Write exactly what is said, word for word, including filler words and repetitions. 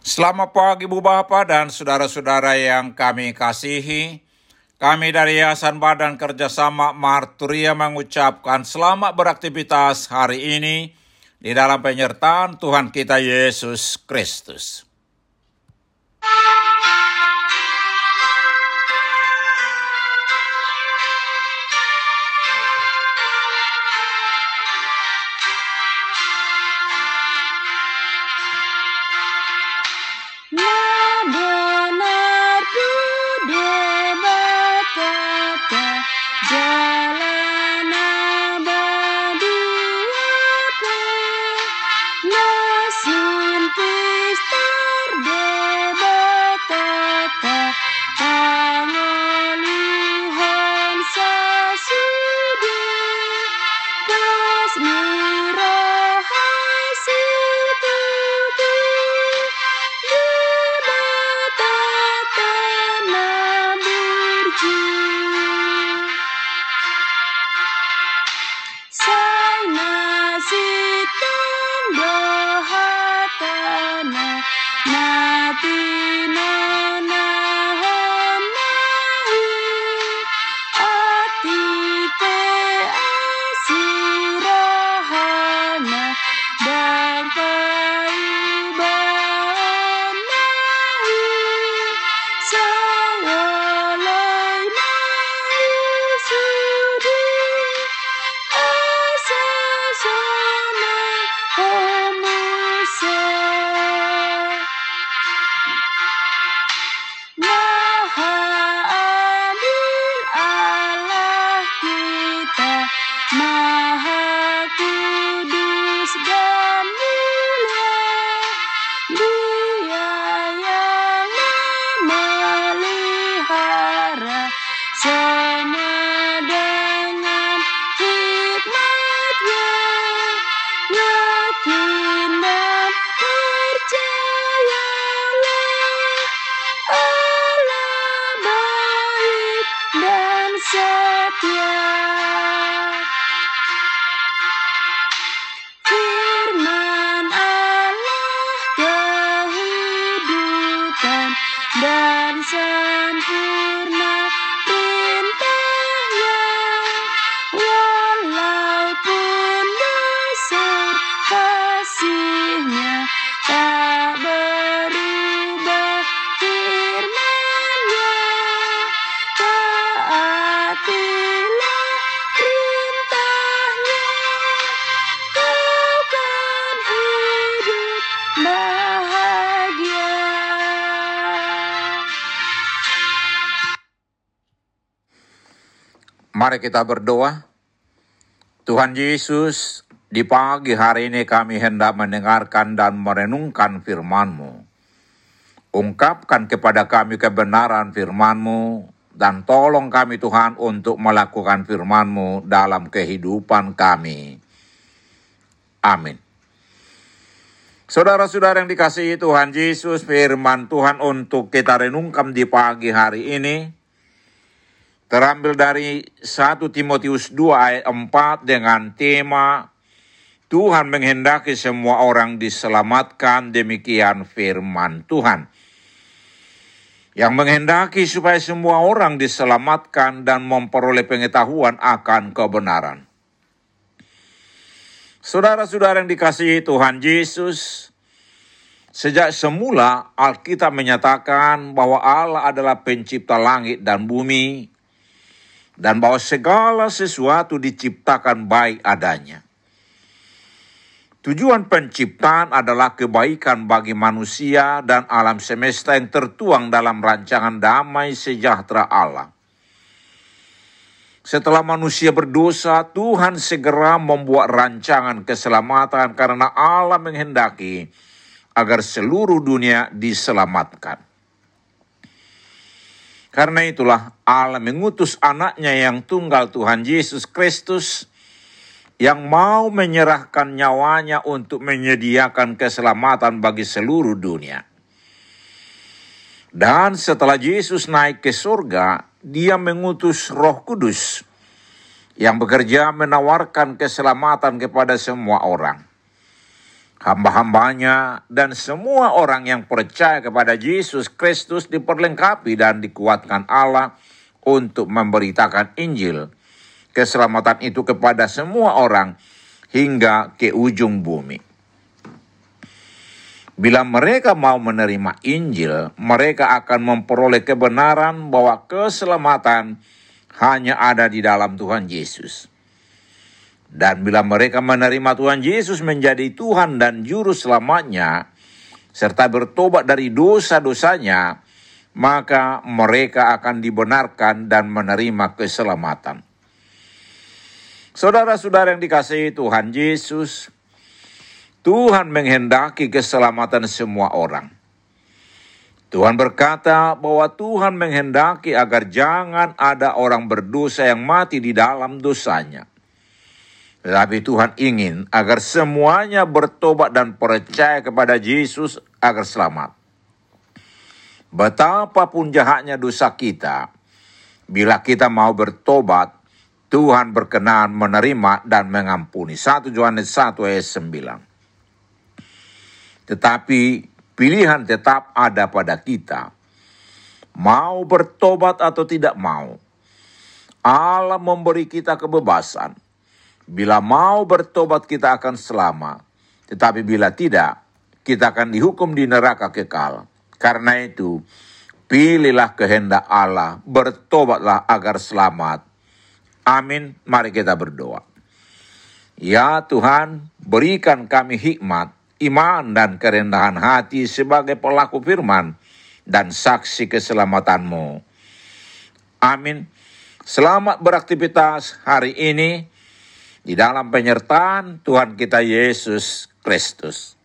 Selamat pagi Ibu Bapak dan saudara-saudara yang kami kasihi. Kami dari Yayasan Badan Kerjasama Marturia mengucapkan selamat beraktivitas hari ini di dalam penyertaan Tuhan kita Yesus Kristus. Mari kita berdoa. Tuhan Yesus, di pagi hari ini kami hendak mendengarkan dan merenungkan firman-Mu. Ungkapkan kepada kami kebenaran firman-Mu, dan tolong kami Tuhan untuk melakukan firman-Mu dalam kehidupan kami. Amin. Saudara-saudara yang dikasihi Tuhan Yesus, firman Tuhan untuk kita renungkan di pagi hari ini terambil dari satu Timotius dua ayat empat dengan tema Tuhan menghendaki semua orang diselamatkan, demikian firman Tuhan. Yang menghendaki supaya semua orang diselamatkan dan memperoleh pengetahuan akan kebenaran. Saudara-saudara yang dikasihi Tuhan Yesus, sejak semula Alkitab menyatakan bahwa Allah adalah pencipta langit dan bumi, dan bahwa segala sesuatu diciptakan baik adanya. Tujuan penciptaan adalah kebaikan bagi manusia dan alam semesta yang tertuang dalam rancangan damai sejahtera Allah. Setelah manusia berdosa, Tuhan segera membuat rancangan keselamatan karena Allah menghendaki agar seluruh dunia diselamatkan. Karena itulah Allah mengutus anaknya yang tunggal Tuhan Yesus Kristus yang mau menyerahkan nyawanya untuk menyediakan keselamatan bagi seluruh dunia. Dan setelah Yesus naik ke surga, Dia mengutus Roh Kudus yang bekerja menawarkan keselamatan kepada semua orang. hamba-hambanya, dan semua orang yang percaya kepada Yesus Kristus diperlengkapi dan dikuatkan Allah untuk memberitakan Injil keselamatan itu kepada semua orang hingga ke ujung bumi. Bila mereka mau menerima Injil, mereka akan memperoleh kebenaran bahwa keselamatan hanya ada di dalam Tuhan Yesus. Dan bila mereka menerima Tuhan Yesus menjadi Tuhan dan Juru Selamatnya, serta bertobat dari dosa-dosanya, maka mereka akan dibenarkan dan menerima keselamatan. Saudara-saudara yang dikasihi Tuhan Yesus, Tuhan menghendaki keselamatan semua orang. Tuhan berkata bahwa Tuhan menghendaki agar jangan ada orang berdosa yang mati di dalam dosanya. Tetapi Tuhan ingin agar semuanya bertobat dan percaya kepada Yesus agar selamat. Betapapun jahatnya dosa kita, bila kita mau bertobat, Tuhan berkenan menerima dan mengampuni. satu Yohanes satu ayat sembilan. Tetapi pilihan tetap ada pada kita. Mau bertobat atau tidak mau. Allah memberi kita kebebasan. Bila mau bertobat kita akan selamat. Tetapi bila tidak, kita akan dihukum di neraka kekal. Karena itu, pilihlah kehendak Allah, bertobatlah agar selamat. Amin. Mari kita berdoa. Ya Tuhan, berikan kami hikmat, iman dan kerendahan hati sebagai pelaku firman dan saksi keselamatan-Mu. Amin. Selamat beraktivitas hari ini di dalam penyertaan Tuhan kita Yesus Kristus.